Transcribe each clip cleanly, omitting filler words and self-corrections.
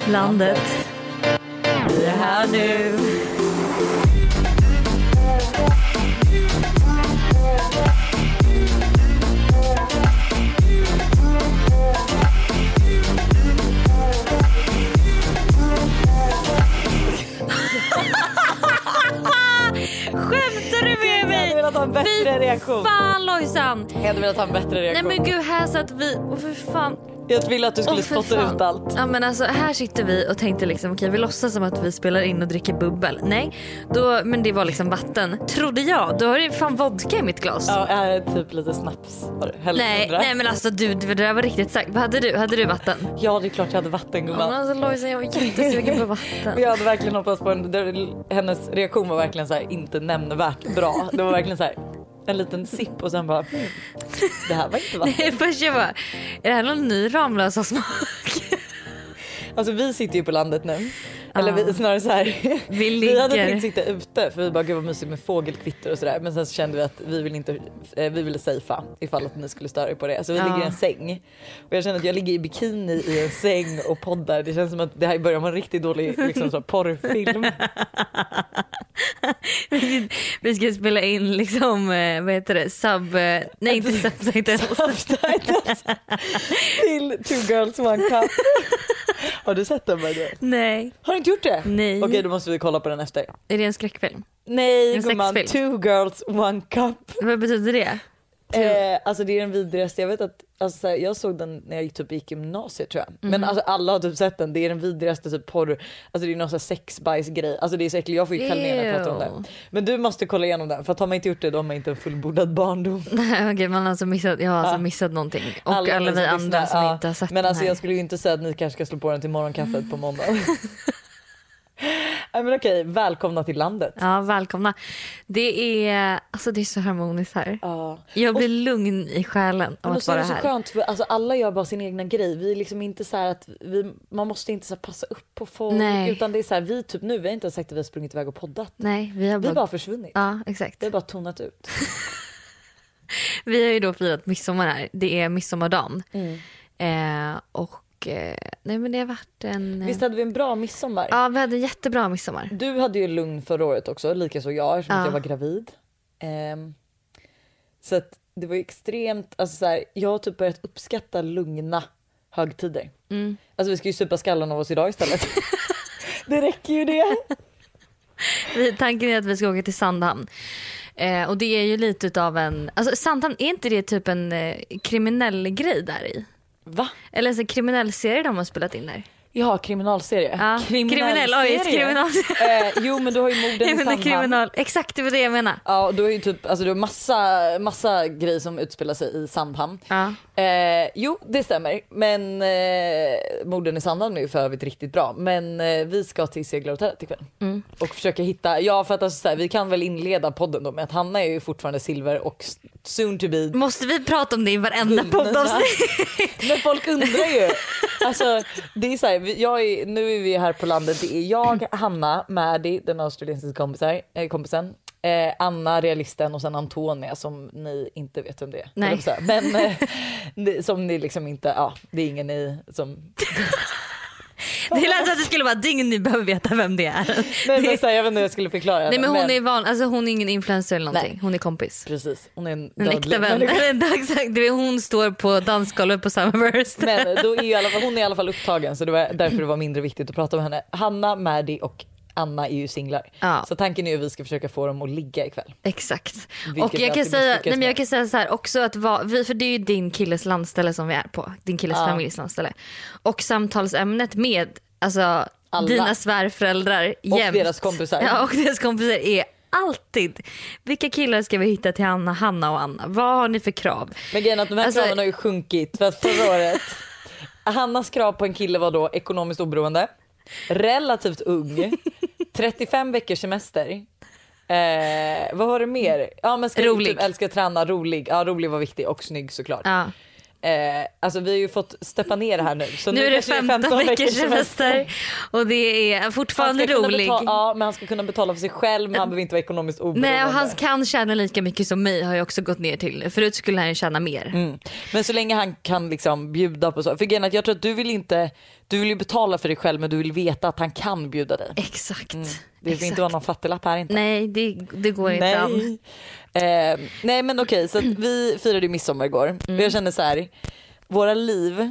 landet. Vi är här nu. Skämtar du med mig? Jag hade velat ha en bättre reaktion. Fan Lojsan. Jag hade velat ha en bättre reaktion. Nej men gud, här satt vi. För fan. Jag ville att du skulle spotta ut allt. Ja men alltså här sitter vi och tänkte liksom okej, vi låtsas som att vi spelar in och dricker bubbel. Nej, men det var liksom vatten. Trodde jag, då har det fan vodka i mitt glas. Ja, typ lite snaps. Nej men alltså det där var riktigt sagt. Vad hade du? Hade du vatten? Ja, det är klart jag hade vatten, gumman. Ja, alltså Lojsan, jag var jättesugen på vatten. Jag hade verkligen hoppats på hennes reaktion var verkligen så här, inte nämnvärt bra. Det var verkligen så här en liten sipp och sen bara det här var inte vatten. Nej, först jag bara, är det här någon ny Ramlösa smak? Alltså vi sitter ju på landet nu. Eller vi, snarare så här. Vi hade tänkt sitta ute för vi bara gud vad mysigt med fågelkvitter och sådär. Men sen så kände vi att vi ville safea ifall att ni skulle störa på det. Så vi ligger i en säng. Och jag känner att jag ligger i bikini i en säng och poddar. Det känns som att det här börjar med en riktigt dålig liksom, så porrfilm. Vi ska spela in liksom, vad heter det? Nej, inte subtitles. Till Two Girls One Cup. Har du sett den? Nej. Har du inte gjort det? Nej. Okej, då måste vi kolla på den efter. Är det en skräckfilm? Nej, gumman. Two Girls One Cup. Vad betyder det? Alltså det är den vidrigaste. Jag vet att alltså, jag såg den när jag gick gymnasiet tror jag. Men alltså, alla har typ sett den. Det är den vidrigaste typ porr. Alltså det är någon sån här sexbajsgrej. Alltså det är så äckligt. Jag får ju kallningar när jag pratar om det. Men du måste kolla igenom den. För att har man inte gjort det då har man inte en fullbordad barndom. Nej okej, man har alltså missat. Jag har alltså missat någonting. Och alla vi andra som inte har sett men den alltså här. jag skulle ju inte säga att ni kanske ska slå på den till morgonkaffet på måndag. Men okej, välkomna till landet. Ja, välkomna. Det är så harmoniskt här. Jag blir lugn i själen av att vara här. Det är så skönt för alltså, alla gör bara sin egna grej. Vi är liksom inte så här att man måste inte så här passa upp på folk. Nej. Utan det är så här, vi typ nu, vi har inte sagt att vi har sprungit iväg och poddat. Nej, vi har bara försvunnit. Ja, exakt. Vi har bara tonat ut. Vi har ju då firat midsommar här. Det är midsommardagen. Nej men det har varit en... Visst hade vi en bra midsommar? Ja, vi hade en jättebra midsommar. Du hade ju lugn förra året också, lika så jag eftersom jag var gravid. Så att det var ju extremt, alltså så här, jag har typ börjat uppskatta lugna högtider. Alltså vi ska ju supa skallen av oss idag istället. Det räcker ju det. Tanken är att vi ska åka till Sandhamn. Och det är ju lite utav en... Alltså Sandhamn, är inte det typ en kriminell grej där i? Va? Eller en kriminell serie de har spelat in där. Ja, kriminalserie. Ja, kriminell. Jo, men du har ju morden i Sandhamn. Exakt, det var det jag menar. Ja, du har ju typ, alltså du har massa grejer som utspelar sig i Sandhamn. Ja. Jo, det stämmer. Men morden i Sandhamn är ju för övrigt riktigt bra. Men vi ska till Seglarhotellet ikväll. Och försöka hitta, för att alltså, så här, vi kan väl inleda podden då med att Hanna är ju fortfarande silver och soon to be. Måste vi prata om det i varenda poddavsnitt? Men folk undrar ju. Alltså, det är så här, nu är vi här på landet. Det är jag, Hanna, Maddie, den australiensiska kompisen, Anna, realisten, och sen Antonia som ni inte vet om det är. Nej. Men som ni liksom inte, det är ingen ni som... Det lät som att det skulle vara ingen ni behöver veta vem det är. Nej, men så här, jag vet inte hur jag skulle förklara. Nej, men hon är alltså hon är ingen influencer eller någonting. Nej. Hon är kompis. Precis, hon är en äkta vän. Hon står på dansgolvet på Summerburst. Men då är hon är i alla fall upptagen, så det var därför det var mindre viktigt att prata om henne. Hanna, Maddie och Anna är ju singlar. Så tanken är att vi ska försöka få dem att ligga ikväll. Exakt. Och jag kan säga så här också att för det är ju din killes landställe som vi är på. Din killes familjs landställe. Och samtalsämnet med alltså dina svärföräldrar och deras kompisar. Ja, och deras kompisar är alltid, vilka killar ska vi hitta till Hanna och Anna? Vad har ni för krav? Men grejen att de här kraven har ju sjunkit. För att förra året Hannas krav på en kille var då ekonomiskt oberoende, relativt ung, 35 veckors semester. Vad var det mer? Ja, men ska rolig. Typ älska att träna, rolig. Ja, rolig var viktig och snygg såklart. Alltså vi har ju fått steppa ner här nu. Så nu är det 15 veckors semester och det är fortfarande roligt. Ja, men han ska kunna betala för sig själv, men han behöver inte vara ekonomiskt oberoende. Nej, och han kan tjäna lika mycket som mig har jag också gått ner till. Förut skulle han tjäna mer. Men så länge han kan liksom bjuda på så. För grejen, att jag tror att du vill ju betala för dig själv, men du vill veta att han kan bjuda dig. Exakt. Det vill inte vara någon fattiglapp här inte. Nej, det går inte an. Nej men okej, så att vi firade ju midsommar igår. Och jag kände så här, våra liv,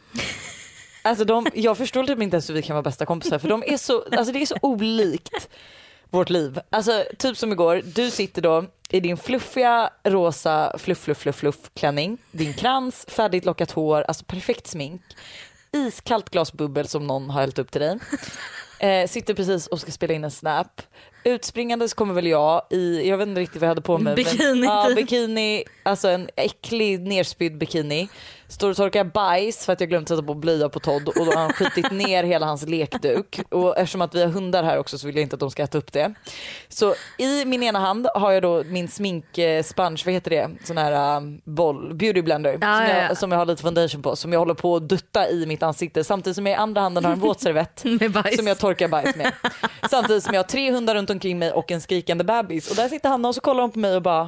alltså jag förstår typ inte ens hur vi kan vara bästa kompisar, för de är så, alltså det är så olikt vårt liv. Alltså typ som igår, du sitter då i din fluffiga rosa fluff klänning, din krans, färdigt lockat hår, alltså perfekt smink, iskallt glas bubbel som någon har hällt upp till dig. Sitter precis och ska spela in en snap. Utspringandes kommer väl jag vet inte riktigt vad jag hade på mig. Bikini, alltså en äcklig nerspydd bikini. Står och torkar bajs för att jag glömt sätta på blöja på Todd, och då har han skitit ner hela hans lekduk. Och eftersom att vi har hundar här också så vill jag inte att de ska äta upp det. Så i min ena hand har jag då min sminksponge, vad heter det? Sån här beauty blender som jag har lite foundation på, som jag håller på att dutta i mitt ansikte, samtidigt som jag i andra handen har en våtservett som jag torkar bajs med. Samtidigt som jag har 3 hundar runt omkring mig och en skrikande bebis. Och där sitter han och så kollar hon på mig och bara,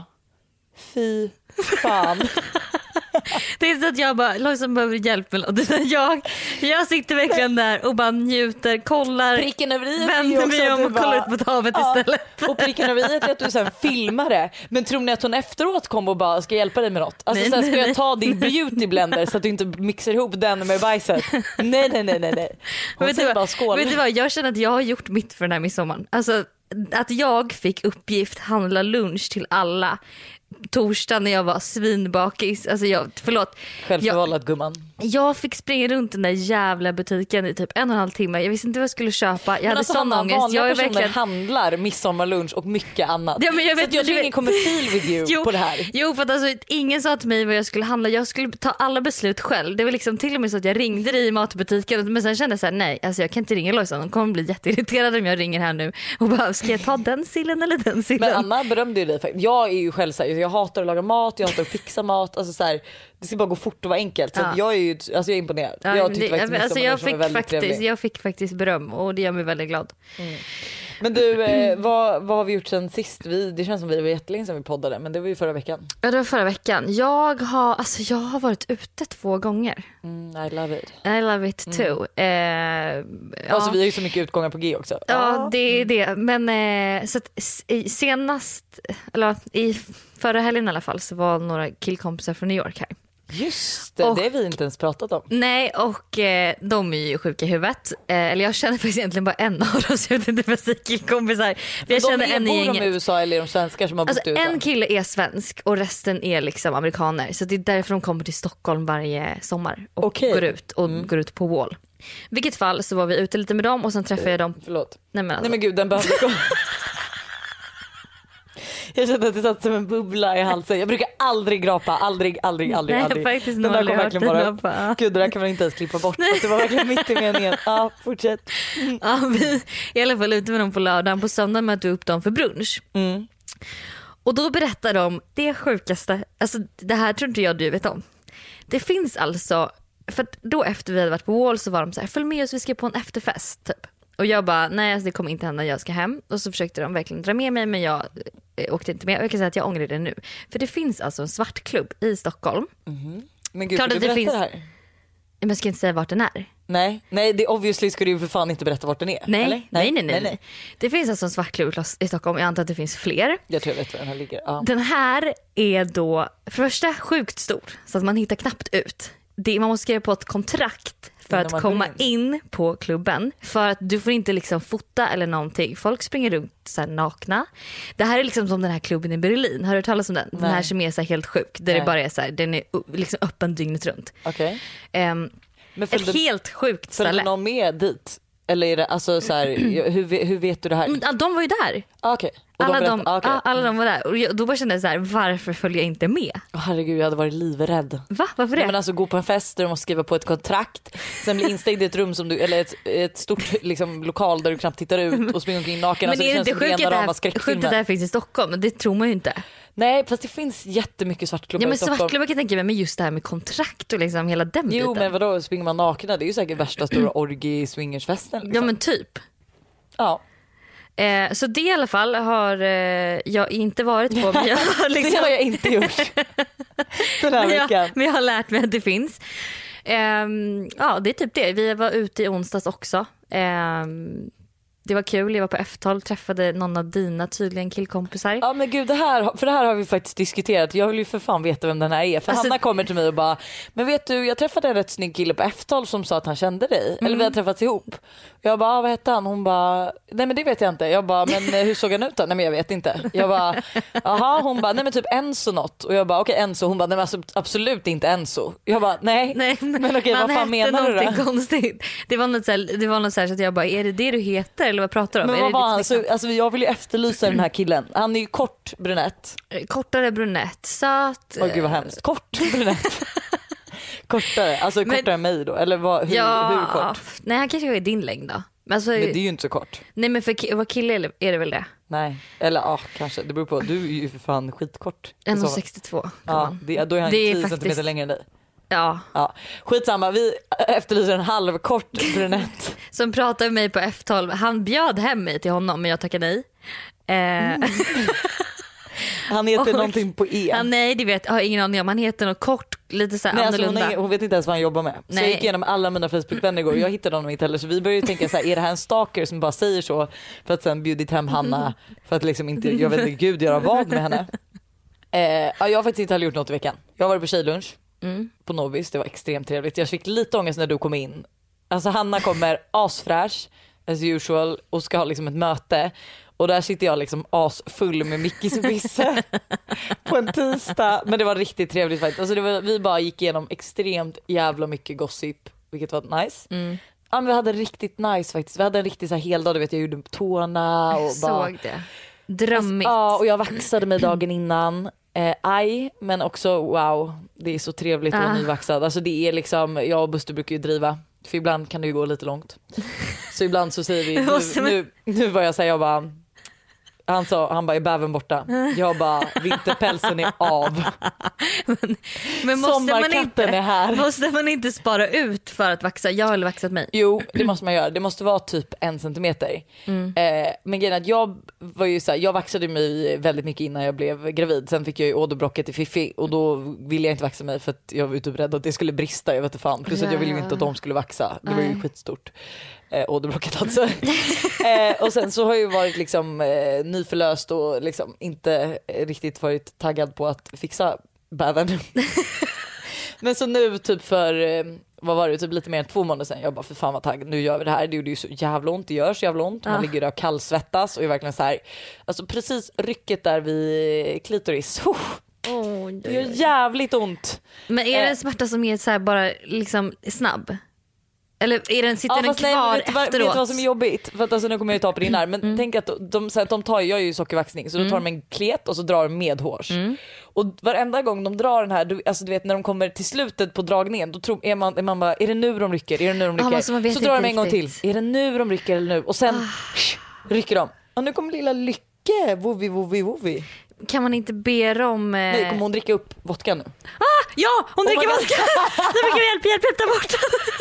fy fan. Det är så att jag bara, Lojsan behöver hjälp med något. Jag sitter verkligen där och bara njuter, kollar, pricken över i vänder mig om och kollar ut mot havet istället. Och pricken över i är att du sen filmar det. Men tror ni att hon efteråt kommer och bara ska hjälpa dig med något? Alltså sen ska jag ta din beauty blender så att du inte mixar ihop den med bajset. Nej. Hon säger bara skål. Vet du vad, jag känner att jag har gjort mitt för den här midsommaren. Alltså att jag fick uppgift handla lunch till alla torsdag när jag var svinbakis. Alltså självförvållat gumman. Jag fick springa runt den där jävla butiken i typ 1,5 timme. Jag visste inte vad jag skulle köpa. Jag hade sån ångest. Jag är verkligen handlar midsommarlunch och mycket annat. Ja, men jag vet, så jag tror ingen kommer feel with you på det här. Jo, för att alltså, ingen sa till mig vad jag skulle handla. Jag skulle ta alla beslut själv. Det var liksom till och med så att jag ringde dig i matbutiken, men sen kände jag så här, nej, alltså jag kan inte ringa Lojsan. De kommer bli jätteirriterade om jag ringer här nu och bara, ska jag ta den sillen eller den sillen? Men Anna berömde ju dig faktiskt. Jag är ju själv så här, jag hatar att laga mat, jag hatar att fixa mat, alltså så här, det ska bara gå fort och vara enkelt. Så jag är ju, alltså jag är imponerad. Ja, jag fick faktiskt beröm och det gör mig väldigt glad. Men du, vad har vi gjort sen sist? Det känns som vi var jättelänge sedan vi poddade, men det var ju förra veckan. Ja, det var förra veckan. Jag har varit ute 2 gånger. I love it. I love it too. Alltså vi har ju så mycket utgångar på G också. Ja, det är det. Men så att senast, eller i förra helgen i alla fall, så var några killkompisar från New York här. Just det, och det har vi inte ens pratat om. Nej, och de är ju sjuka i huvudet. Eller jag känner faktiskt egentligen bara en av dem, så jag vet inte vad killkompisar. Jag känner en i de i USA eller är de svenskar som har bott i USA? En kille är svensk och resten är liksom amerikaner. Så det är därför de kommer till Stockholm varje sommar och går ut på Wall. Vilket fall så var vi ute lite med dem och sen träffade jag dem. Förlåt. Nej men gud, den behövde gå. Jag kände att det satt som en bubbla i halsen. Jag brukar aldrig grapa, aldrig. Nej, faktiskt den där kom verkligen bara. Gud, det där kan man inte ens klippa bort. Det var verkligen mitt i meningen. Ja, fortsätt. Ja, vi i alla fall ute med dem på lördagen. På söndagen mötte vi upp dem för brunch. Och då berättar de det sjukaste. Alltså det här tror inte jag du vet om. Det finns alltså, för då efter vi hade varit på Wall så var de så här, följ med oss, vi ska på en efterfest typ. Och jag bara, nej alltså det kommer inte hända, jag ska hem. Och så försökte de verkligen dra med mig, men jag åkte inte med. Och jag kan säga att jag ångrar det nu. För det finns alltså en svartklubb i Stockholm. Men gud, du berätta det här? Men jag ska inte säga vart den är. Nej, det obviously ska du ju för fan inte berätta vart den är. Nej. Det finns alltså en svartklubb i Stockholm. Jag antar att det finns fler. Jag tror jag vet var den här ligger. Ja. Den här är då för första sjukt stor, så att man hittar knappt ut. Man måste skriva på ett kontrakt för att komma in på klubben. För att du får inte liksom fota eller någonting. Folk springer runt så här nakna. Det här är liksom som den här klubben i Berlin. Har du hört talas om den? Nej. Den här som är så här helt sjuk. Där det bara är så här, den är liksom öppen dygnet runt. Okej. Ett helt sjukt ställe. Följer någon med dit? Eller är det alltså så här, hur vet du det här? De var ju där. Okej. Och alla de var där. Och då bara kände jag så här, varför följer jag inte med? Herregud, jag hade varit livrädd. Va? Varför det? Men alltså gå på en fest där du måste skriva på ett kontrakt, sen bli instängd i ett rum som du, eller ett stort liksom, lokal där du knappt tittar ut och springer omkring naken. Men alltså, är det inte sjukt att det här finns i Stockholm? Det tror man ju inte. Nej, fast det finns jättemycket svartklubbar i Stockholm. Svartklubbar kan jag tänka mig, men just det här med kontrakt och liksom hela den biten. Jo, men vadå, springer man nakna? Det är ju säkert värsta stora orgi swingersfesten. Liksom. Ja, men typ. Ja. Så det i alla fall har jag inte varit på. Men jag har liksom... det har jag inte gjort den här veckan. Men jag har lärt mig att det finns. Ja, det är typ det. Vi var ute i onsdags också. Det var kul, jag var på F12, träffade någon av dina tydligen killkompisar. Ja men gud, det här har vi faktiskt diskuterat. Jag vill ju för fan veta vem den här är. För alltså, Hanna kommer till mig och bara, men vet du, jag träffade en rätt snygg kille på F12 som sa att han kände dig. Eller vi har träffats ihop. Jag bara, vad hette han? Hon bara, nej men det vet jag inte. Jag bara, men hur såg han ut då? Nej men jag vet inte. Jag bara, aha. Hon bara, nej men typ Enzo något. Och jag bara, okej, Enzo. Hon bara, nej men alltså, absolut inte Enzo. Jag bara, nej men okej, vad fan menar du då? Konstigt. Det var något så här så att jag bara, är det du heter eller vad pratar du om? Men vad var han? Alltså, jag vill ju efterlysa den här killen. Han är ju kort brunett. Kortare brunett, söt. Åh gud vad hemskt. Kort brunett. Kortare, alltså kortare än mig då? Eller hur kort? Nej, han kanske är din längd då. Men det är ju inte så kort. Nej, men för vad kille är det väl det? Nej, eller kanske. Det beror på. Du är ju för fan skitkort. 1,62. Ja, då är han 10 centimeter längre än dig. Ja. Skitsamma, vi efterlyser en halvkort brunett. Som pratade med mig på F12. Han bjöd hem mig till honom, men jag tackade nej. Han heter någonting på E. Nej, det vet jag har ingen aning om. Han heter något kort, lite så här annorlunda. Alltså hon vet inte ens vad han jobbar med. Så jag gick igenom alla mina Facebook-vänner igår. Jag hittade honom inte heller. Så vi började tänka så här, är det här en stalker som bara säger så för att sen bjudit hem Hanna för att liksom inte, jag vet inte, gud göra vad med henne. Jag har faktiskt inte heller gjort något i veckan. Jag har varit på tjejlunch på Nobis. Det var extremt trevligt. Jag fick lite ångest när du kom in. Alltså Hanna kommer asfräsch as usual och ska ha liksom ett möte. Och där sitter jag liksom asfull med Mickis och Bisse på en tisdag. Men det var riktigt trevligt faktiskt. Alltså vi bara gick igenom extremt jävla mycket gossip, vilket var nice. Ja, men vi hade riktigt nice faktiskt. Vi hade en riktigt så här hel dag, du vet, jag gjorde tårna. Och såg det. Drömmigt. Ja, och jag vaxade mig dagen innan. Men också wow, det är så trevligt att vara nyvaxad. Alltså det är liksom, jag och Buster brukar ju driva. För ibland kan det ju gå lite långt. Så ibland så säger vi, nu var jag säga, jag bara... Han bara, är bäven borta? Jag bara, vinterpälsen är av. Men sommarkatten är här. Måste man inte spara ut för att vaxa? Jag har vaxat mig. Jo, det måste man göra. Det måste vara typ 1 centimeter. Men grejen är att jag var ju så här, jag vaxade mig väldigt mycket innan jag blev gravid. Sen fick jag ju åderbråcket i Fifi och då ville jag inte vaxa mig för att jag var typ rädd att det skulle brista. Jag vet inte fan. Plus att jag ville ju inte att de skulle vaxa. Det var ju skitstort. Åderbråcket alltså. Och sen så har jag ju varit liksom nyförlöst och liksom inte riktigt varit taggad på att fixa bäven. Men så nu typ för vad var det, typ lite mer än 2 månader sedan, jag bara för fan vad taggad, nu gör vi det här. Det gjorde ju så jävla ont, det gör så jävla ont. Man ligger där och kallsvettas och är verkligen så här, alltså precis rycket där vid klitoris. Det gör jävligt ont. Men är det en smärta som är så här bara liksom snabb? Eller är den, sitter den kvar efteråt? Vet du vad som är jobbigt? För att alltså, nu kommer jag ju ta på din arm. Men tänk att de tar, jag är ju sockervaxning. Så då tar de en klet och så drar de med hårs. Och varenda gång de drar den här, alltså du vet när de kommer till slutet på dragningen, då är man bara, är det nu de rycker? Är det nu de rycker? Så drar de en gång till. Är det nu de rycker eller nu? Och sen rycker de. Och nu kommer lilla Lycke. Wovi. Kan man inte be om... Nej, kommer hon dricka upp vodka nu? Ja, hon dricker vodka! Nu fick jag hjälp ta bort den.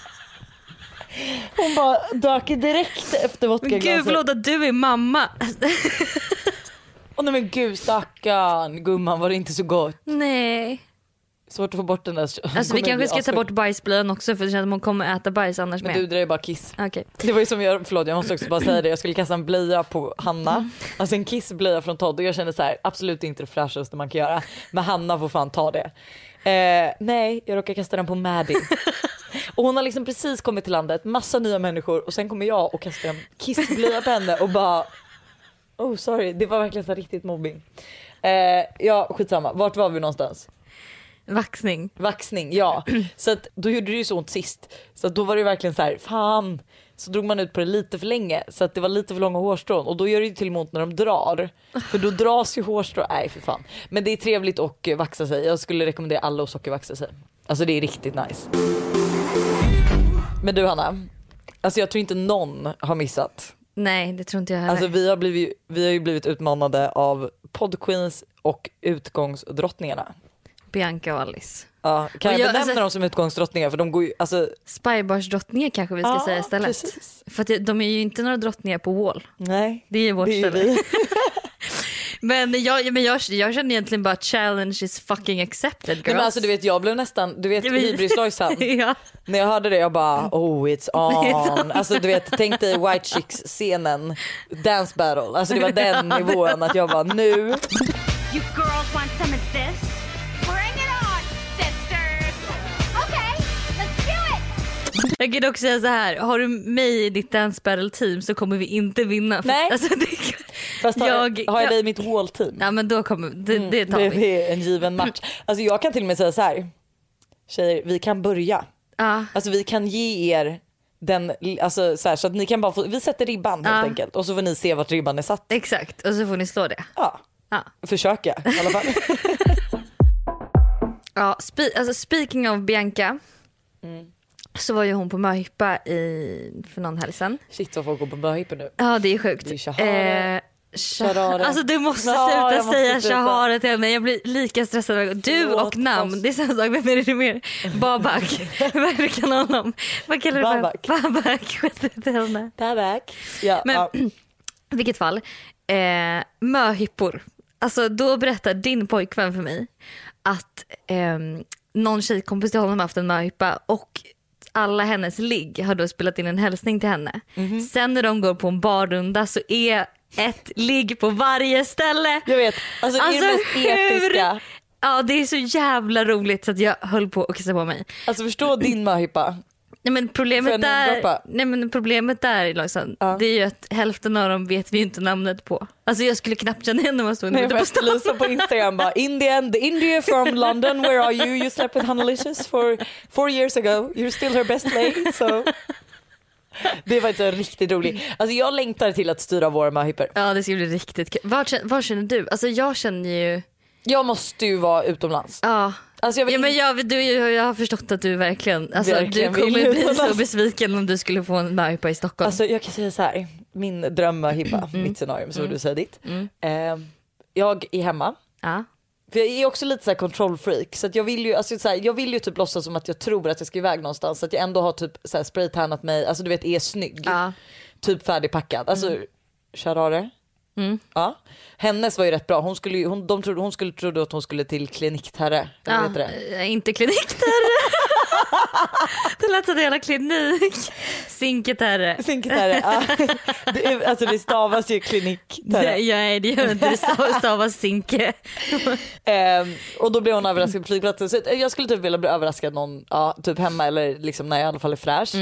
Hon bara dök direkt efter vodkaglaset. Gud, förlåt att du är mamma. Nej men gud, stackarn. Gumman, var det inte så gott? Nej. Svårt att få bort den där. Alltså vi kanske ska ta bort bajsblöjan också, för det känns som hon kommer äta bajs annars. Men du drar ju bara kiss. Okay. Det var ju som jag måste också bara säga det. Jag skulle kasta en blöja på Hanna. Alltså en kissblöja från Todd. Och jag kände så här, absolut inte det fräschaste man kan göra. Men Hanna får fan ta det. Nej, jag råkar kasta den på Maddie. Och hon har liksom precis kommit till landet, massa nya människor. Och sen kommer jag och kastar en kissblöja på henne och bara... Oh sorry, det var verkligen så riktigt mobbing. Ja, skitsamma. Vart var vi någonstans? Vaxning, ja. Så att då gjorde det ju så ont sist. Så att då var det verkligen så här, fan. så drog man ut på det lite för länge så att det var lite för långa hårstrån och då gör det ju till och med ont när de drar. För då dras ju hårstrån. Nej för fan. Men det är trevligt att vaxa sig. Jag skulle rekommendera alla att sockervaxa sig. Alltså det är riktigt nice. Men du Hanna, alltså jag tror inte någon har missat. Nej, det tror inte jag heller. Alltså vi har ju blivit utmanade av podqueens och utgångsdrottningarna. Bianca och Alice. Ja, kan jag benämna dem som utgångsdrottningar för de går ju alltså Spybars-drottningar kanske vi ska säga istället. Precis. För att de är ju inte några drottningar på Wall. Nej. Det är ju vårt ställe. Men jag känner egentligen bara challenge is fucking accepted girls. Nej, men alltså du vet jag blev nästan Hybris Lojsan. Ja. När jag hörde det jag bara it's on. Alltså du vet tänk dig White Chicks scenen Dance Battle. Alltså det var den nivån att jag bara nu. You girls want some of this? Bring it on sisters. Okay, let's do it. Jag kan också säga så här, har du mig i ditt Dance Battle team så kommer vi inte vinna. Nej. Alltså, fast har jag dig i mitt wall-team? Ja men då kommer det tar vi. Det är en given match. Alltså jag kan till och med säga så här. Tjejer, vi kan börja. Alltså vi kan ge er den, alltså så här, så att ni kan bara få, vi sätter ribban helt enkelt. Och så får ni se vart ribban är satt. Exakt, och så får ni slå det. Ja. Försöka i alla fall. Ja, alltså speaking of Bianca. Så var ju hon på möhippa för någon helg sedan. Shit vad folk går på möhippa nu. Ja det är sjukt. Det är Shahare. Alltså du måste sluta säga Shahare till henne. Jag blir lika stressad varje gång. Du och namn. Det är samma sak. Vem är det mer? Babak. Vad är det kanalen? Vad kallar du Babak? Babak. Babak. Ja. Men i vilket fall. Möhippor. Alltså då berättar din pojkvän för mig att någon tjejkompis till honom har haft en möhippa och alla hennes ligg har då spelat in en hälsning till henne. Sen när de går på en barrunda så är ett ligg på varje ställe. Jag vet, alltså det är det mest episka. Ja det är så jävla roligt så att jag höll på att kissa på mig. Alltså förstå din möhippa. Nej men problemet där Lojsan, det är ju att hälften av dem vet vi inte namnet på. Alltså jag skulle knappt känna igen när man stod på stan. Lisa på Instagram bara Indian, the India from London, where are you? You slept with Hannalicious for 4 years ago. You're still her best lay. So. Det var så riktigt roligt. Alltså jag längtar till att styra våra möhippor. Ja det ska bli riktigt kul. Var känner du? Alltså jag känner ju. Jag måste ju vara utomlands. Ja. Alltså jag har förstått att du verkligen du kommer bli så besviken om du skulle få en möhippa i Stockholm. Alltså jag kan säga så här, min drömmöhippa, mitt scenario, så du säger ditt. Jag är hemma. Ja. För jag är också lite så här control freak så att jag vill ju alltså så här, jag vill ju typ låtsas som att jag tror att jag ska iväg någonstans så att jag ändå har typ så här spraytannat mig, alltså du vet är snygg. Typ färdigpackad. Alltså Shahare. Ja. Hennes var ju rätt bra. Hon trodde att hon skulle till klinikterre. Inte klinikterre. Det lät som en jävla klinik. Sinketerre. Ja. Alltså det stavas ju klinikterre. Ja, det gör inte. Det stavas sinke. Och då blev hon överraskad på flygplatsen. Så jag skulle typ vilja bli överraskad någon, typ hemma eller liksom när jag i alla fall är fräsch.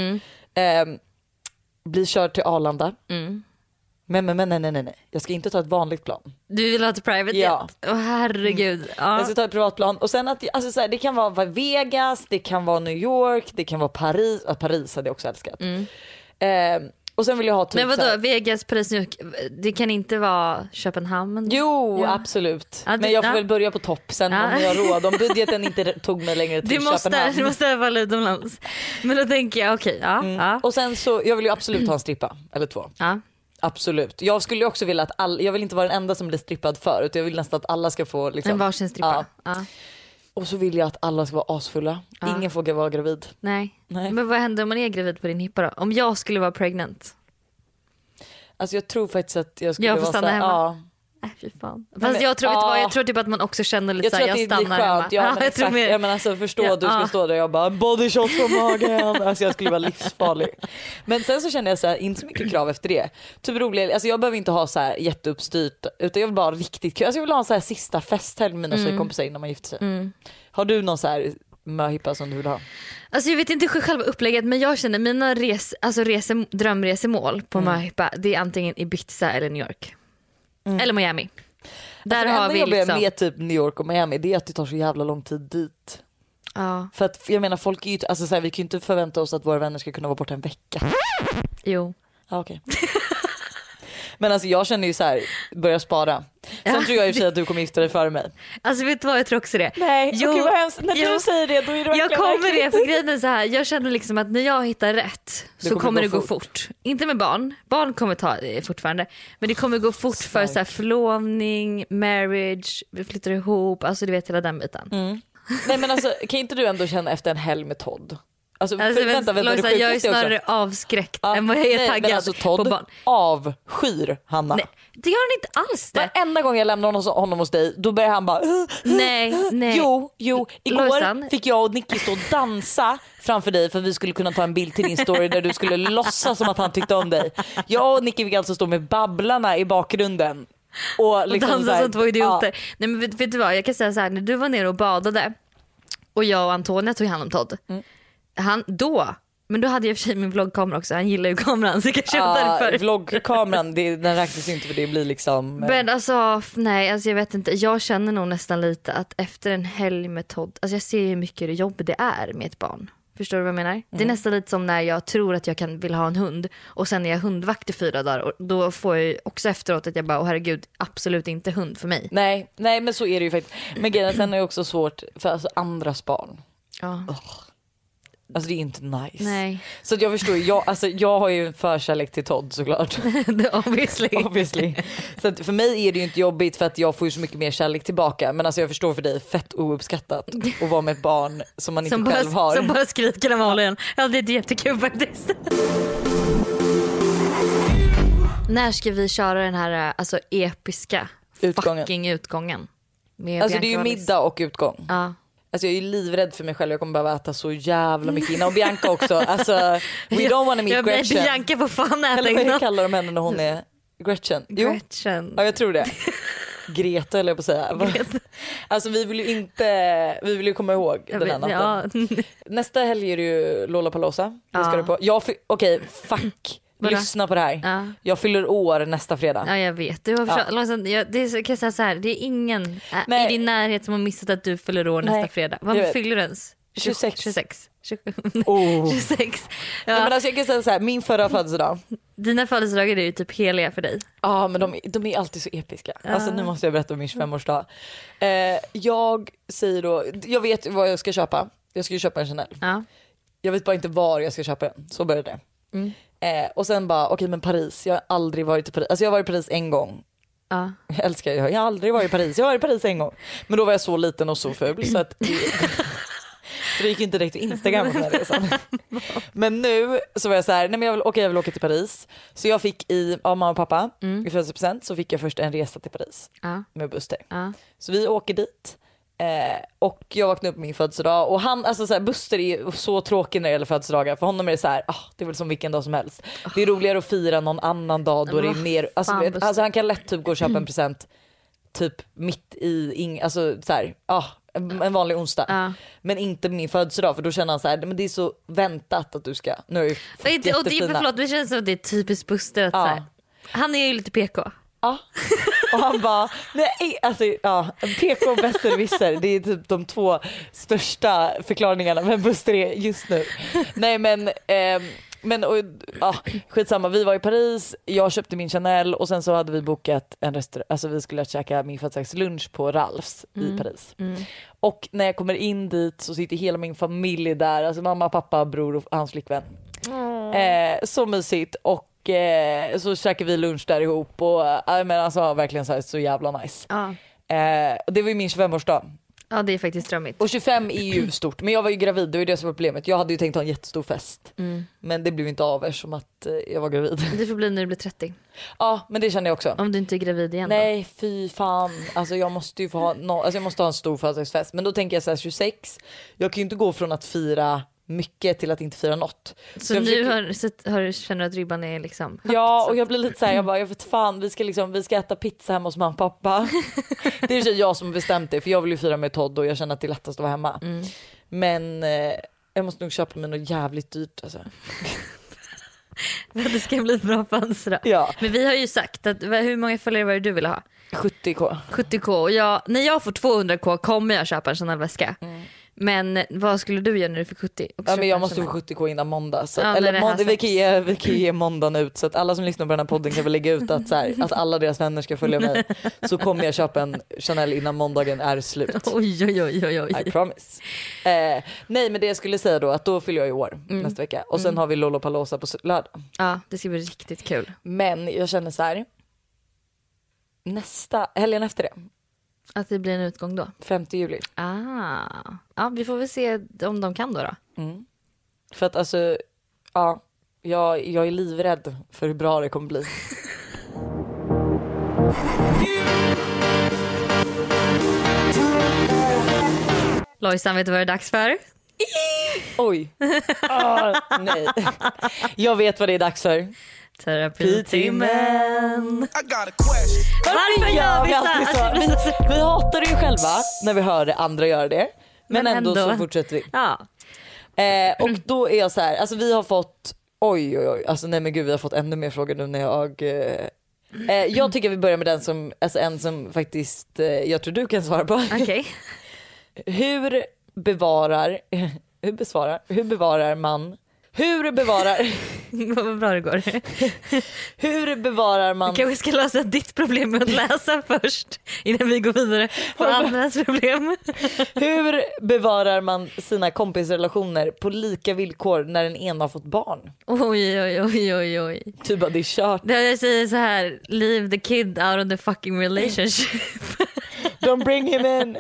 Bli körd till Arlanda. Men nej. Jag ska inte ta ett vanligt plan. Du vill ha ett private jet? Herregud. Jag ska ta ett privatplan. Och sen att, alltså så här, det kan vara Vegas, det kan vara New York, det kan vara Paris. Paris hade jag också älskat. Och sen vill jag ha typ. Men vadå, Vegas, Paris, New York, det kan inte vara Köpenhamn? Jo, absolut. Men jag får väl börja på topp sen om jag har råd. Om budgeten inte tog mig längre till Köpenhamn. Du måste vara utomlands. Men då tänker jag okej. Och sen så, jag vill ju absolut ha en strippa, eller 2. Absolut. Jag skulle också vilja att jag vill inte vara den enda som blir strippad för, utan jag vill nästan att alla ska få liksom, en varsin strippa. Och så vill jag att alla ska vara asfulla. Ingen får vara gravid. Nej. Men vad händer om man är gravid på din hippa då? Om jag skulle vara pregnant? Alltså jag tror faktiskt att jag skulle vara stanna hemma. Fy fan. Fast jag tror typ att man också känner lite såhär, jag stannar hemma. Jag menar alltså förstå att du ska stå där och jag bara body shot från magen. Alltså jag skulle vara livsfarlig. Men sen så känner jag så här, inte så mycket krav efter det. Typ roligt, alltså jag behöver inte ha så här jätteuppstyrt, utan jag vill bara riktigt kul. Alltså jag vill ha en så här sista festhelg med mina tjejkompisar innan man gifter sig. Har du någon så här möhippa som du vill ha? Alltså jag vet inte själva upplägget, men jag känner mina drömresemål på möhippa, det är antingen Ibiza eller New York. Eller Miami. Där alltså, har vi liksom med typ New York och Miami, det är att det tar så jävla lång tid dit. För att jag menar folk är ju, alltså så här, vi kan ju inte förvänta oss att våra vänner ska kunna vara borta en vecka. Jo. Okej. Men alltså jag känner ju så här, börja spara. Sen tror jag i och för sig att du kommer gifta dig före mig. Alltså vet du vad, jag tror också det. Nej, okej, vad hemskt. När du säger det då är det jag kommer det, för grejen är så här. Jag känner liksom att när jag hittar rätt så kommer det gå fort. Inte med barn kommer ta fortfarande. Men det kommer gå fort för så här, förlovning, marriage, vi flyttar ihop, alltså du vet hela den biten. Nej men alltså kan inte du ändå känna efter en helg med Todd? Alltså vänta, jag är snarare avskräckt än vad jag är taggad alltså, på barn. Avskyr Hanna. Nej, det gör han inte alls det. Varenda gång jag lämnar honom hos dig då börjar han bara nej. Jo, igår fick jag och Nicky stå och dansa framför dig för att vi skulle kunna ta en bild till din story där du skulle låtsas som att han tyckte om dig. Jag och Nicky fick alltså stå med babblarna i bakgrunden och liksom dansa som två idioter. Nej men vet du vad, jag kan säga så här, när du var nere och badade och jag och Antonia tog hand om Todd. Men då hade jag för sig min vloggkamera också. Han gillar ju kameran så jag kan köpa därför. Vloggkameran, den räknas inte för det blir liksom... Men alltså, nej, alltså jag vet inte. Jag känner nog nästan lite att efter en helg med Todd, alltså jag ser ju hur mycket jobb det är med ett barn. Förstår du vad jag menar? Det är nästan lite som när jag tror att jag vill ha en hund och sen är jag hundvakt i 4 dagar och då får jag också efteråt att jag bara, herregud, absolut inte hund för mig. Nej men så är det ju faktiskt. Men grejen sen är det också svårt för alltså andras barn. Ja. Alltså det är inte nice. Nej. Så att jag förstår, jag har ju en förkärlek till Todd såklart. Obviously. Så att för mig är det ju inte jobbigt för att jag får ju så mycket mer kärlek tillbaka. Men alltså jag förstår för dig, fett ouppskattat att vara med ett barn som man inte själv har. Som bara skriker när man håller en. Ja, det är jättekul faktiskt. När ska vi köra den här alltså episka fucking utgången? Med alltså det är ju middag och utgång. Ja. Alltså jag är ju livrädd för mig själv. Jag kommer behöva äta så jävla mycket innan. Och Bianca också. Alltså, we don't wanna meet Gretchen. Bianca får fan äta eller vad kallar de henne när hon är Gretchen? Gretchen. Ja, jag tror det. Greta eller jag på att säga. Alltså vi vill ju komma ihåg den här natten. Ja. Nästa helg är det ju Lollapalooza. Det ska du på. Okej, fuck. Lyssna på det här. Ja. Jag fyller år nästa fredag. Ja, jag vet. Du har det kan jag säga så här, det är ingen i din närhet som har missat att du fyller år nästa fredag. Vad fyller du ens? 26. Oh. 26. Ja. Nej, men alltså jag kan säga så här, min förra födelsedag. Dina födelsedagar är ju typ heliga för dig. Ja, men de är alltid så episka. Alltså nu måste jag berätta om min 25-årsdag. Jag säger då, jag vet vad jag ska köpa. Jag ska ju köpa en Chanel. Ja. Jag vet bara inte var jag ska köpa den. Så började det. Och sen bara, okej, men Paris. Jag har aldrig varit i Paris. Alltså jag har varit i Paris en gång. Jag älskar jag har aldrig varit i Paris. Jag har varit i Paris en gång. Men då var jag så liten och så ful så att det gick inte direkt till Instagram på den här resan. Men nu så var jag så här, nej men jag vill åka till Paris. Så jag fick av mamma och pappa i födelsedagspresent så fick jag först en resa till Paris med Buster. Så vi åker dit. Och jag vaknade upp på min födelsedag och han, alltså så här, Buster är så tråkig när det gäller födelsedagar. För honom är det så här, det är väl som vilken dag som helst. Det är roligare att fira någon annan dag då det är mer, alltså han kan lätt typ gå och köpa en present typ mitt i alltså så här, en vanlig onsdag. Men inte min födelsedag för då känner han så här, men det är så väntat att du ska. Nu är det förlåt, det känns som att det är typiskt Buster att så här, han är ju lite PK. Ja. Och han bara, nej, alltså PK och besserwisser, det är typ de 2 största förklaringarna men Buster är just nu. Nej men skitsamma, vi var i Paris, jag köpte min Chanel och sen så hade vi bokat en restaurang, alltså vi skulle käka min födelsedagslunch på Ralphs i Paris. Och när jag kommer in dit så sitter hela min familj där, alltså mamma, pappa, bror och hans flickvän. Så mysigt och så käkade vi lunch där ihop och men alltså verkligen så jävla nice. Det var ju min 25-årsdag. Ja, det är faktiskt drömmigt. Och 25 är ju stort, men jag var ju gravid, det var ju det som var problemet. Jag hade ju tänkt ha en jättestor fest. Men det blev inte av eftersom att jag var gravid. Det får bli när du blir 30. Ja, men det kände jag också. Om du inte är gravid igen. Nej, fy fan. Alltså jag måste ju få ha jag måste ha en stor födelsedagsfest. Men då tänker jag så här 26. Jag kan ju inte gå från att fira mycket till att inte fira något. Så nu känner du att ribban är liksom högt, ja, och jag blir lite så här, jag vet fan, vi ska äta pizza hemma hos mamma och pappa. Det är jag som har bestämt det, för jag vill ju fira med Todd och jag känner att det är lättast att vara hemma. Men jag måste nog köpa mig något jävligt dyrt alltså. Det ska bli bra födelsedag. Ja. Men vi har ju sagt att hur många följare var det du ville ha? 70k. 70k och när jag får 200k kommer jag köpa en sån här väska. Men vad skulle du göra när du fick 70? Ja, men jag måste få 70k innan måndag. Så, eller vi kan ge måndagen ut så att alla som lyssnar på den här podden kan väl lägga ut att, så här, att alla deras vänner ska följa mig. Så kommer jag köpa en Chanel innan måndagen är slut. Oj. I promise. Nej, men det jag skulle säga då att då fyller jag i år nästa vecka. Och sen har vi Lollapalooza på lördag. Ja, det ska bli riktigt kul. Men jag känner så här. Helgen efter det. Att det blir en utgång då? 5 juli. Ja, vi får väl se om de kan då. För att alltså, ja, jag är livrädd för hur bra det kommer bli. Lojsan, vet du vad det är dags för? Oj. Nej. Jag vet vad det är dags för. Terapitimmen. Varför gör vi alltid så? Vi hatar det ju själva när vi hör andra göra det. Men ändå så fortsätter vi. Ja. Och då är jag så här, alltså vi har fått oj, alltså nej men gud, vi har fått ännu mer frågor nu när jag tycker vi börjar med den som, alltså en som faktiskt jag tror du kan svara på. Okej. Hur bevarar vad bra det går. Hur bevarar man... Vi kanske ska lösa ditt problem med att läsa först innan vi går vidare på andras problem. Hur bevarar man sina kompisrelationer på lika villkor när den ena har fått barn? Oj. Du bara, det är kört. Jag säger så här: leave the kid out of the fucking relationship. Don't bring him in.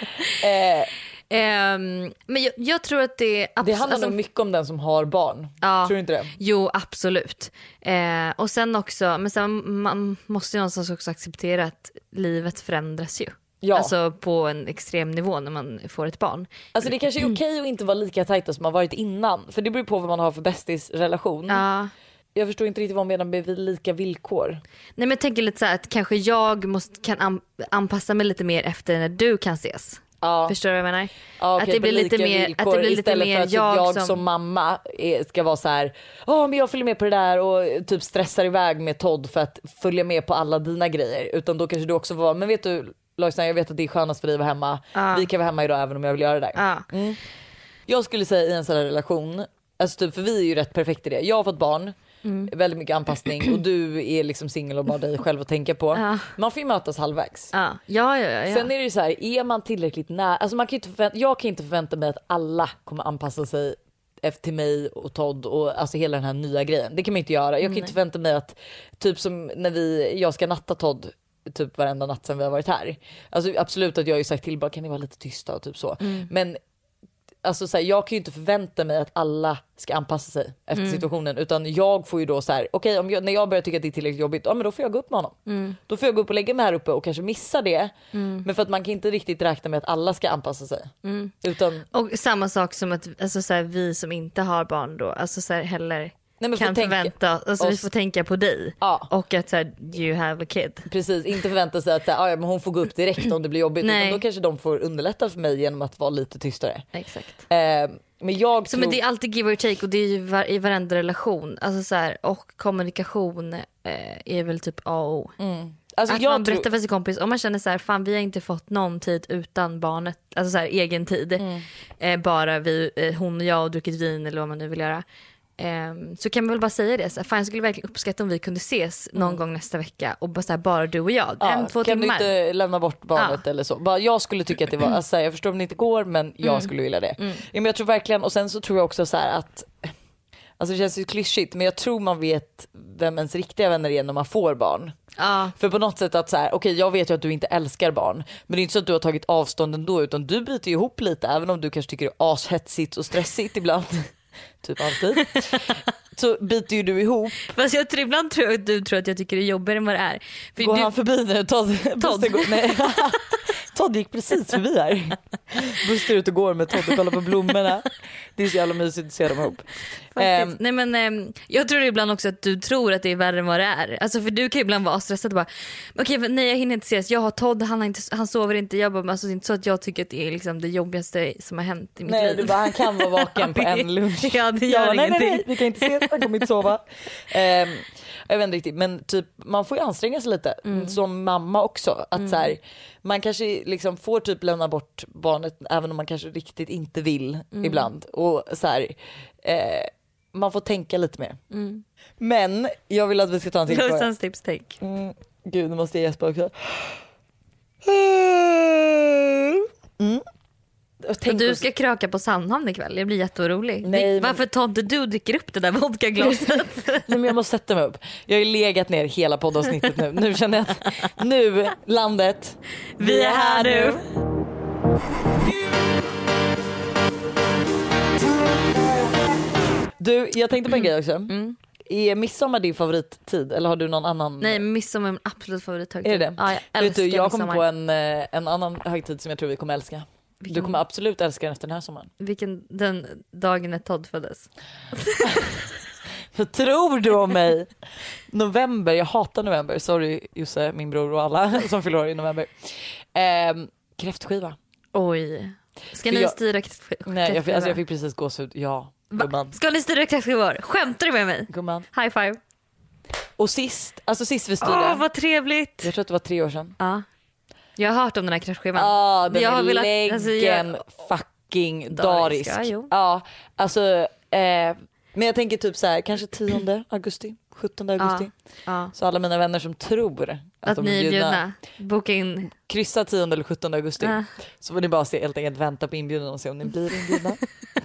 Men jag tror att det handlar nog mycket om den som har barn. Ja, tror du inte det? Jo, absolut. Och sen också, men sen man måste ju någonstans också acceptera att livet förändras ju. Ja. Alltså på en extrem nivå när man får ett barn. Alltså det kanske är okej att inte vara lika tajta som man varit innan. För det beror på vad man har för bästisrelation. Ja. Jag förstår inte riktigt vad man menar med lika villkor. Nej, men jag tänker lite så här att kanske jag kan anpassa mig lite mer efter när du kan ses. Ja. Förstår du vad jag menar? Ja, okay, att det blir lite mer, att det blir lite mer för att jag som mamma ska vara så här: men jag följer med på det där och typ stressar iväg med Todd för att följa med på alla dina grejer. Utan då kanske du också var, men vet du Lojsan, jag vet att det är skönast för dig att vara hemma. Vi kan vara hemma idag även om jag vill göra det där. Jag skulle säga i en sån här relation, alltså typ, för vi är ju rätt perfekt i det. Jag har fått barn. Väldigt mycket anpassning och du är liksom singel och bara dig själv att tänka på. Man får ju mötas halvvägs. Ja. Sen är det ju så här, är man tillräckligt nära, alltså man kan inte jag kan inte förvänta mig att alla kommer anpassa sig efter mig och Todd och alltså hela den här nya grejen. Det kan man inte göra. Jag kan inte förvänta mig att typ som när jag ska natta Todd typ varenda natt sen vi har varit här. Alltså absolut att jag har ju sagt till bara, kan ni vara lite tysta och typ så. Men alltså så här, jag kan ju inte förvänta mig att alla ska anpassa sig efter situationen, utan jag får ju då så här, okej, när jag börjar tycka att det är tillräckligt jobbigt, men då får jag gå upp med honom. Då får jag gå upp och lägga mig här uppe och kanske missa det. Men för att man kan inte riktigt räkna med att alla ska anpassa sig. Utan... Och samma sak som att alltså så här, vi som inte har barn då, alltså så här, heller kan förvänta, alltså vi får tänka på dig. Och att så här, you have a kid. Precis, inte förvänta sig att så här, men hon får gå upp direkt om det blir jobbigt. Utan då kanske de får underlätta för mig genom att vara lite tystare. Exakt. Men jag tror... men det är alltid give or take, och det är ju i varenda relation. Alltså så här, och kommunikation är väl typ A och O. Alltså att man berättar för sin kompis om man känner så här, fan vi har inte fått någon tid utan barnet, alltså så här, egen tid. Bara hon och jag har druckit vin eller vad man nu vill göra. Så kan man väl bara säga det så här, fan jag skulle verkligen uppskatta om vi kunde ses någon gång nästa vecka och bara, så här, bara du och jag, 1-2 timmar. Kan du inte lämna bort barnet eller så? Bara, jag skulle tycka att det var, alltså, jag förstår om det inte går, men jag skulle vilja det. Ja, men jag tror verkligen, och sen så tror jag också så här att, alltså det känns ju klyschigt, men jag tror man vet vem ens riktiga vänner är när man får barn. För på något sätt att så här, okej, jag vet ju att du inte älskar barn, men det är inte så att du har tagit avstånd ändå, utan du bryter ihop lite, även om du kanske tycker det är ashetsigt och stressigt ibland. Typ alltid. Så biter ju du ihop. Fast jag tror ibland att du tror att jag tycker det är jobbigare än vad det är. För går han förbi nu? Todd. Nej. Todd gick precis förbi här. Buster ut och går med Todd och kollar på blommorna. Det är så jävla mysigt att se dem ihop. Nej, men jag tror ibland också att du tror att det är värre än vad det är. Alltså, för du kan ju ibland vara stressad och bara okej, nej, jag hinner inte ses. Jag har Todd, han sover inte. Jag bara, alltså, inte så att jag tycker att det är liksom det jobbigaste som har hänt i mitt liv. Nej, du bara, han kan vara vaken på en lunch. Ja, det gör ingenting. Nej, vi kan inte ses, han kommer inte sova. Jag vet inte riktigt, men typ man får ju anstränga sig lite som mamma också, att så här, man kanske liksom får typ lämna bort barnet även om man kanske riktigt inte vill ibland, och så här, man får tänka lite mer. Men jag vill att vi ska ta en till fråga. Tips, tänk. Gud, nu måste jag gäspa också. Och du ska kröka på Sandhamn ikväll. Jag blir jätteorolig. Varför tar inte du dricker upp det där vodkaglaset? Nej, men jag måste sätta mig upp. Jag har ju legat ner hela poddavsnittet nu. Nu känner jag att nu, landet, vi är här nu. Du, jag tänkte på en grej också. Är midsommar din favorittid eller har du någon annan? Nej, midsommar är min absolut favorithögtid. Är det? Ja, jag älskar jag kommer på en annan högtid som jag tror vi kommer älska. Du kommer absolut älska den efter den här sommaren. Vilken? Den dagen när Todd föddes. Vad tror du om mig? November, jag hatar november. Sorry Josse, min bror och alla som fyller år i november. Kräftskiva. Oj. Ska ni styra kräftskiva? Nej, jag fick precis gåshud. Ja, gumman. Ska ni styra kräftskivor? Skämtar du med mig? Gumman. High five. Och sist vi styrde. Vad trevligt. Jag tror att det var 3 år sedan. Ja. Jag har hört om den här kräftskivan. Ja, den är fucking darisk. Ja, alltså men jag tänker typ så här, kanske 10 augusti, 17 augusti. Ja. Så alla mina vänner som tror att de ni är bjudna, boka in. Kryssa 10 eller 17 augusti. Så får ni bara se, helt enkelt vänta på inbjudan och se om ni blir inbjudna.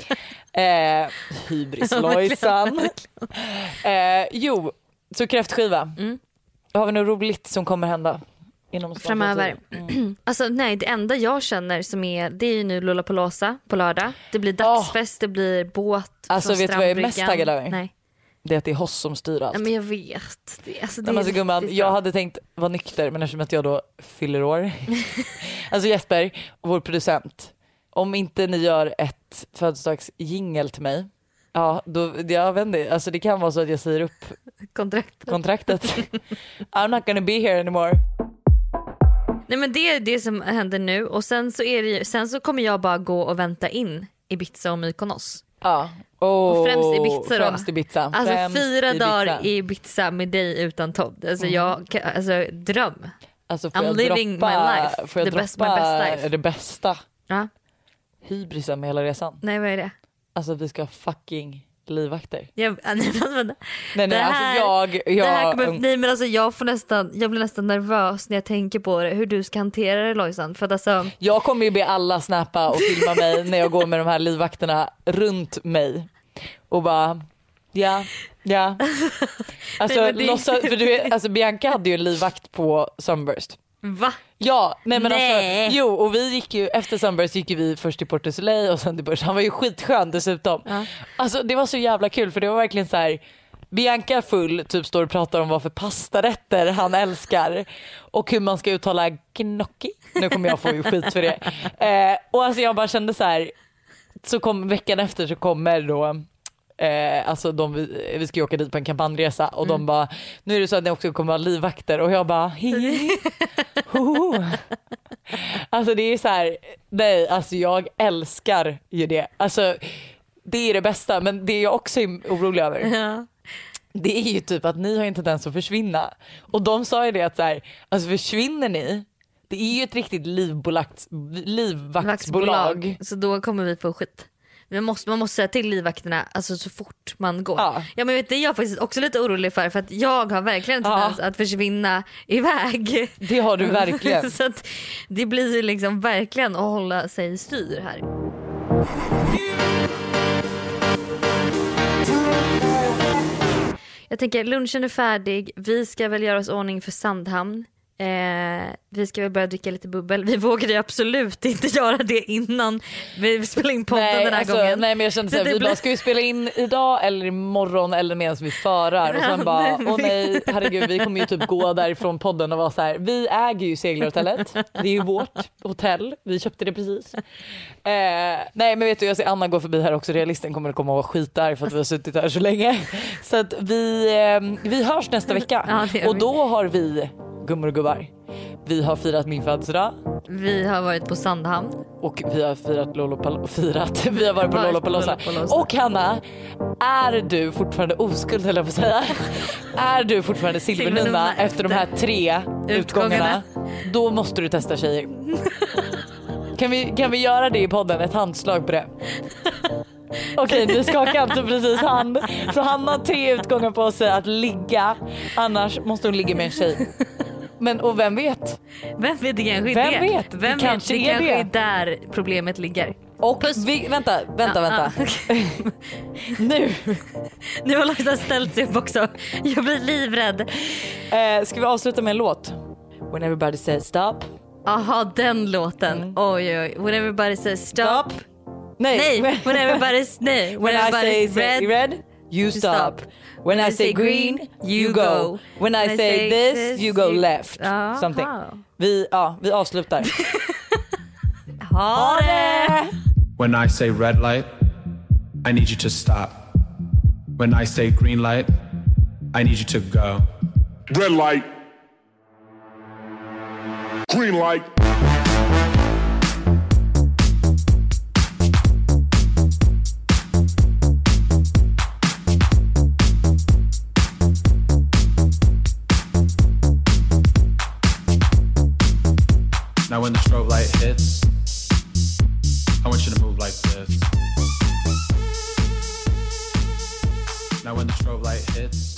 Hybris Lojsan. Jo, så kräftskiva. Har vi något roligt som kommer hända inom framöver? Alltså nej, det enda jag känner som är, det är ju nu Lollapalooza på lördag. Det blir dagsfest, det blir båt. Alltså vet du vad jag är mest taggad över? Nej. Det är att det är Hoss som styr allt. Ja, men jag vet. Gumman, jag hade tänkt vara nykter, men eftersom att jag då fyller år. Alltså Jesper, vår producent, om inte ni gör ett födelsedagsjingel till mig, ja, då, jag vet inte, alltså det kan vara så att jag säger upp kontraktet. I'm not gonna be here anymore. Nej, men det är det som händer nu, och sen så är det, sen så kommer jag bara gå och vänta in Ibiza och Mykonos. Ja. Och främst Ibiza då. Främst Ibiza. Alltså främst 4 dagar i Ibiza med dig utan Todd. Alltså dröm. Alltså I'm living my life. Får jag my best life. Det bästa. Ja. Hybrisa med hela resan. Nej, vad är det? Alltså vi ska ha fucking livvakter. Nej, men alltså jag blir nästan nervös när jag tänker på det, hur du ska hantera det, Lojsan, för att alltså... Jag kommer ju be alla snappa och filma mig när jag går med de här livvakterna runt mig och bara ja. Alltså för du vet, alltså Bianca hade ju en livvakt på Sunburst. Va? Ja, nej men nej. Alltså, jo, och vi gick ju efter Sunburst gick vi först till Port du Soleil och sen till Börs. Han var ju skitskön dessutom. Ja. Alltså det var så jävla kul, för det var verkligen så här, Bianca full typ står och pratar om vad för pastarätter han älskar och hur man ska uttala gnocchi. Nu kommer jag få ju skit för det. Och alltså jag bara kände så här, så kom veckan efter så kommer då alltså vi ska ju åka dit på en kampanjresa och de bara, nu är det så att ni också kommer vara livvakter, och jag bara alltså det är så här, nej, alltså jag älskar ju det, alltså det är det bästa, men det jag också är orolig över det är ju typ att ni har inte tendens att försvinna, och de sa ju det att så här, alltså försvinner ni, det är ju ett riktigt livvaktsbolag, så då kommer vi få skit. Man måste säga till livvakterna alltså så fort man går. Ja, men vet du, jag är faktiskt också lite orolig för att jag har verkligen tendens att försvinna iväg. Det har du verkligen. Så att det blir ju liksom verkligen att hålla sig styr här. Jag tänker lunchen är färdig. Vi ska väl göra oss ordning för Sandhamn. Vi ska väl börja dricka lite bubbel. Vi vågade absolut inte göra det innan vi spelade in podden den här gången. Nej, men jag kände såhär, vi bara, ska vi spela in idag eller imorgon eller medan vi förar? Och sen bara, nej herregud, vi kommer ju typ gå därifrån podden och vara så här: vi äger ju Seglarhotellet. Det är ju vårt hotell. Vi köpte det precis. Nej men vet du, jag ser Anna gå förbi här också. Realisten kommer att komma och vara skit där för att vi har suttit här så länge. Så att vi hörs nästa vecka. Ja, och då har vi, gummor och gubbar, vi har firat min födelsedag. Vi har varit på Sandhamn. Och vi har vi har varit på Lollapalooza. Och Hanna, är du fortfarande oskuld, eller på att säga? Är du fortfarande silvernunna efter de här 3 utgångarna? Då måste du testa tjejer. Kan vi göra det i podden? Ett handslag på det. Okej, du skakar alltså precis hand. Så han har 3 utgångar på sig att ligga. Annars måste hon ligga med en tjej. Men och vem vet? Vem vet, det kanske är där problemet ligger. Och vänta. Nu har Loxa ställt sig upp också. Jag blir livrädd. Ska vi avsluta med en låt? When everybody says stop. Aha, den låten. Oj. When everybody says stop. Nej. When everybody when I say red, you stop. When I say green, you go. When I say this, you go left. Something. Vi avslutar. Ha det! When I say red light, I need you to stop. When I say green light, I need you to go. Red light. Green light. Now when the strobe light hits, I want you to move like this. Now when the strobe light hits,